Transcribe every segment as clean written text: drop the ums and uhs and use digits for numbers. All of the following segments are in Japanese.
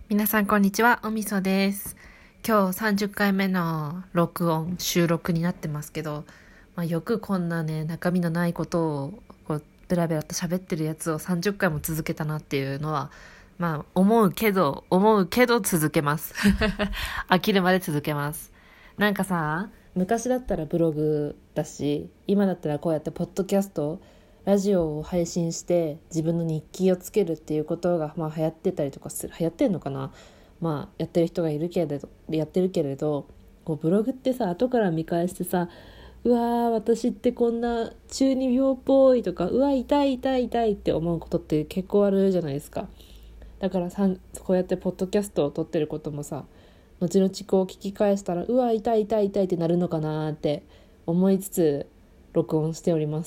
皆さんこんにちは、おみそです。今日30回目の収録になってますけど、よくこんなね、中身のないことをベラベラと喋ってるやつを30回も続けたなっていうのは、思うけど続けます。飽きるまで続けます。なんかさ、昔だったらブログだし、今だったらこうやってポッドキャスト、ラジオを配信して自分の日記をつけるっていうことが流行ってたりとか流行ってんのかな。やってる人がやってるけれど、こうブログってさ、後から見返してさ、うわー私ってこんな中二病っぽいとか、うわ痛い痛い痛いって思うことって結構あるじゃないですか。だからさ、こうやってポッドキャストを撮ってることもさ、後々こう聞き返したら、うわ痛い痛い痛いってなるのかなって思いつつ録音しております。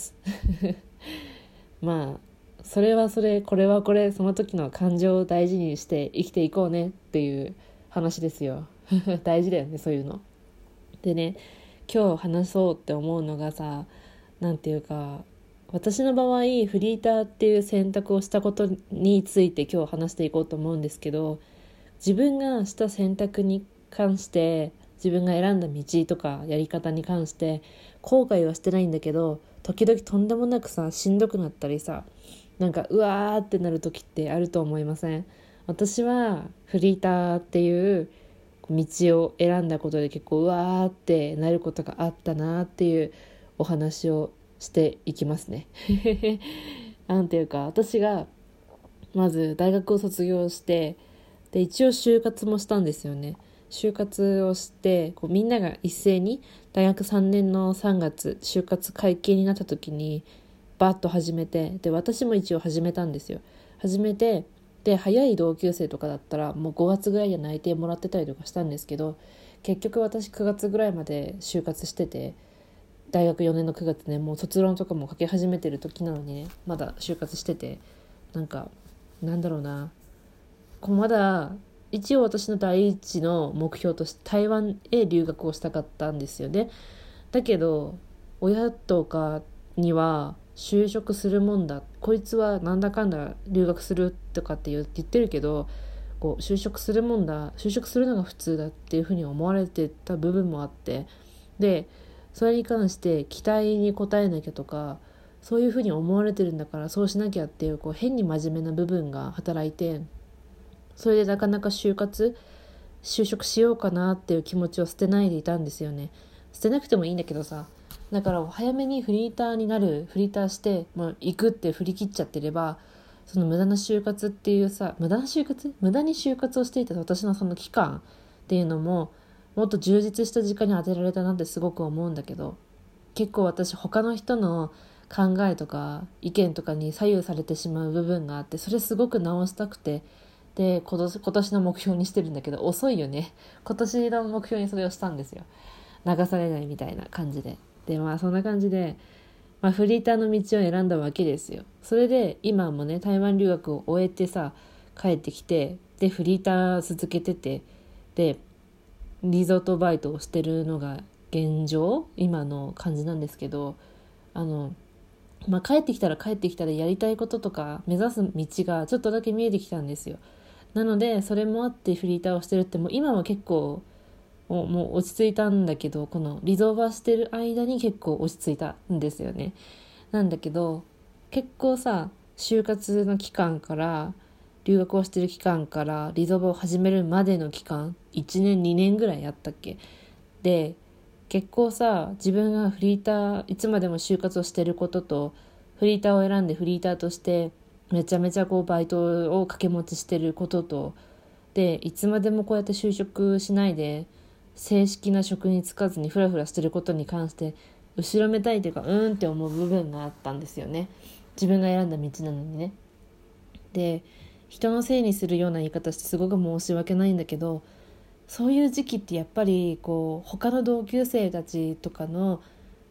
それはそれ、これはこれ、その時の感情を大事にして生きていこうねっていう話ですよ。大事だよね、そういうの。でね、今日話そうって思うのがさ、なんていうか、私の場合フリーターっていう選択をしたことについて今日話していこうと思うんですけど、自分がした選択に関して、自分が選んだ道とかやり方に関して後悔はしてないんだけど、時々とんでもなくさ、しんどくなったりさ、なんかうわーってなる時ってあると思いません？私はフリーターっていう道を選んだことで結構うわーってなることがあったなっていうお話をしていきますね。なんていうか、私がまず大学を卒業して、で一応就活もしたんですよね。就活をしてみんなが一斉に大学3年の3月就活解禁になった時にバッと始めて、で私も一応始めたんですよ。始めて、で早い同級生とかだったらもう5月ぐらいで内定もらってたりとかしたんですけど、結局私9月ぐらいまで就活してて、大学4年の9月ね、もう卒論とかも書き始めてる時なのにね、まだ就活してて、なんかなんだろうな、まだ一応私の第一の目標として台湾へ留学をしたかったんですよね。だけど親とかには就職するもんだ、こいつはなんだかんだ留学するとかって言ってるけど、就職するもんだ、就職するのが普通だっていうふうに思われてた部分もあって、でそれに関して期待に応えなきゃとか、そういうふうに思われてるんだからそうしなきゃっていう、変に真面目な部分が働いて、それでなかなか就職しようかなっていう気持ちを捨てないでいたんですよね。捨てなくてもいいんだけどさ、だから早めにフリーターして行くって振り切っちゃってれば、その無駄な就活っていうさ、無駄に就活をしていた私のその期間っていうのももっと充実した時間に当てられたなってすごく思うんだけど、結構私他の人の考えとか意見とかに左右されてしまう部分があって、それすごく直したくて、で今年の目標にしてるんだけど、遅いよね。今年の目標にそれをしたんですよ。流されないみたいな感じで。でそんな感じで、フリーターの道を選んだわけですよ。それで今もね、台湾留学を終えてさ、帰ってきて、でフリーター続けてて、でリゾートバイトをしてるのが現状今の感じなんですけど、帰ってきたらやりたいこととか目指す道がちょっとだけ見えてきたんですよ。なのでそれもあってフリーターをしてるって、もう今は結構もう落ち着いたんだけど、このリゾバしてる間に結構落ち着いたんですよね。なんだけど結構さ、就活の期間から留学をしてる期間からリゾバを始めるまでの期間、1年2年ぐらいやったっけ。で結構さ、自分がフリーターいつまでも就活をしてることと、フリーターを選んでフリーターとしてめちゃめちゃバイトを掛け持ちしてることと、でいつまでもこうやって就職しないで正式な職に就かずにフラフラしてることに関して後ろめたいというか、って思う部分があったんですよね。自分が選んだ道なのにね。で人のせいにするような言い方してすごく申し訳ないんだけど、そういう時期ってやっぱり他の同級生たちとかの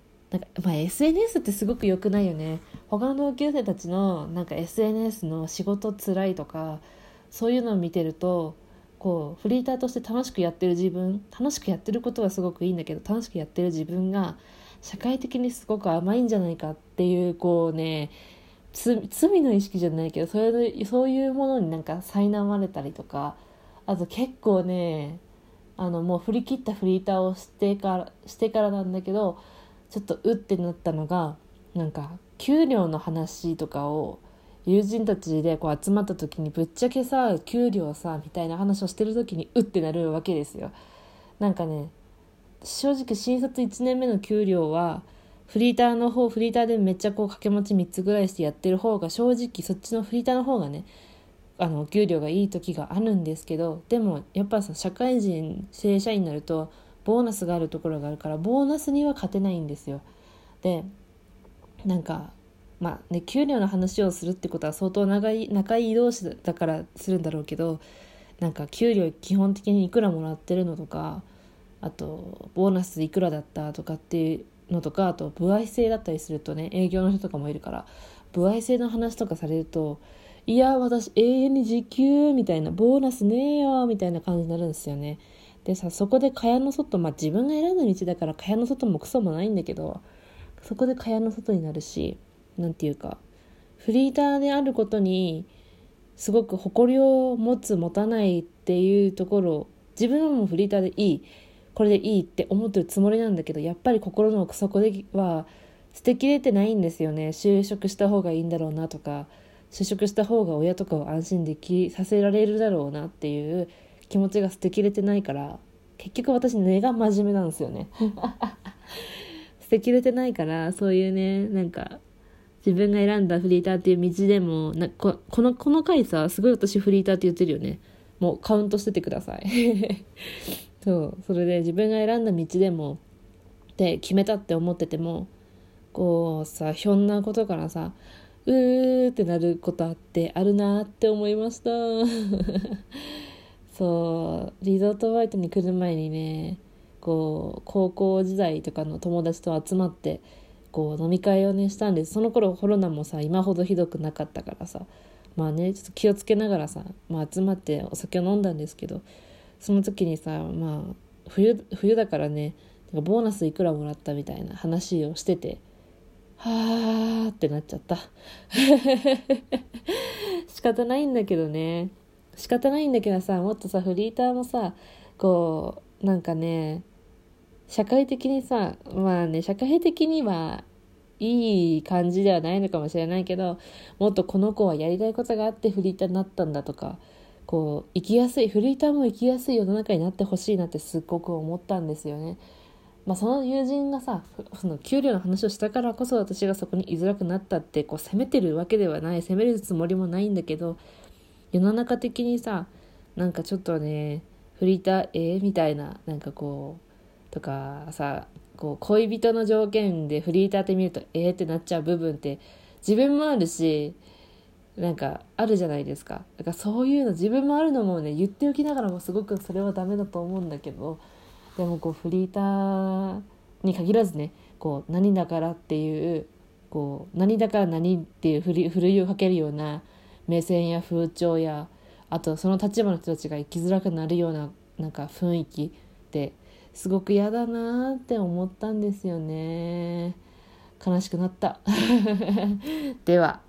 SNS ってすごく良くないよね。他の同級生たちのSNS の仕事つらいとか、そういうのを見てると、フリーターとして楽しくやってることはすごくいいんだけど、楽しくやってる自分が社会的にすごく甘いんじゃないかっていう罪の意識じゃないけど、そういうものに苛まれたりとかあと結構ねもう振り切ったフリーターをしてからなんだけど、ちょっとうってなったのが、なんか給料の話とかを友人たちでこう集まった時に、ぶっちゃけさ給料さみたいな話をしてる時にうってなるわけですよ。なんかね、正直新卒1年目の給料はフリーターでめっちゃこう掛け持ち3つぐらいしてやってる方が、正直そっちのフリーターの方がね給料がいい時があるんですけど、でもやっぱさ、社会人正社員になるとボーナスがあるところがあるから、ボーナスには勝てないんですよ。で、なんかまあね、給料の話をするってことは相当仲いい同士だからするんだろうけど、なんか給料基本的にいくらもらってるのとか、あとボーナスいくらだったとかっていうのとか、あと歩合制だったりするとね、営業の人とかもいるから、歩合制の話とかされると、いや私永遠に時給みたいな、ボーナスねえよみたいな感じになるんですよね。でさ、そこで蚊帳の外、自分が選んだ道だから蚊帳の外もクソもないんだけど、そこで蚊帳の外になるし、なんていうか、フリーターであることにすごく誇りを持たないっていうところ、自分はもうフリーターでいい、これでいいって思ってるつもりなんだけど、やっぱり心の奥底では捨てきれてないんですよね。就職した方がいいんだろうなとか、就職した方が親とかを安心できさせられるだろうなっていう気持ちが捨てきれてないから、結局私根が真面目なんですよね。捨てきれてないから、そういうね、なんか自分が選んだフリーターっていう道でもこの回さ、すごい私フリーターって言ってるよね。もうカウントしててください。それで自分が選んだ道でもって決めたって思ってても、こうさ、ひょんなことからさ、うーってなることあるなって思いました。そうリゾートバイトに来る前にね、こう高校時代とかの友達と集まってこう飲み会をねしたんです。その頃コロナもさ今ほどひどくなかったからさ、まあねちょっと気をつけながらさ、集まってお酒を飲んだんですけど、その時にさ、冬だからね、なんかボーナスいくらもらったみたいな話をしてて、はーってなっちゃった。仕方ないんだけどね。仕方ないんだけどさ、もっとさ、フリーターもさ、こうなんかね、社会的にさ、社会的にはいい感じではないのかもしれないけど、もっとこの子はやりたいことがあってフリーターになったんだとか、こう生きやすい、フリーターも生きやすい世の中になってほしいなってすっごく思ったんですよね。その友人がさ、その給料の話をしたからこそ私がそこに居づらくなったって、こう責めてるわけではない、責めるつもりもないんだけど、世の中的にさ、なんかちょっとね、フリーターみたいな、なんかこうとかさ、こう恋人の条件でフリーターって見るとってなっちゃう部分って自分もあるし、なんかあるじゃないですか。だからそういうの自分もあるのもね、言っておきながらもすごくそれはダメだと思うんだけど、でもこうフリーターに限らずね、こう何だからっていう、こう何だから何っていうふるいをかけるような目線や風潮や、あとその立場の人たちが生きづらくなるようななんか雰囲気ってすごく嫌だなって思ったんですよね。悲しくなった。では。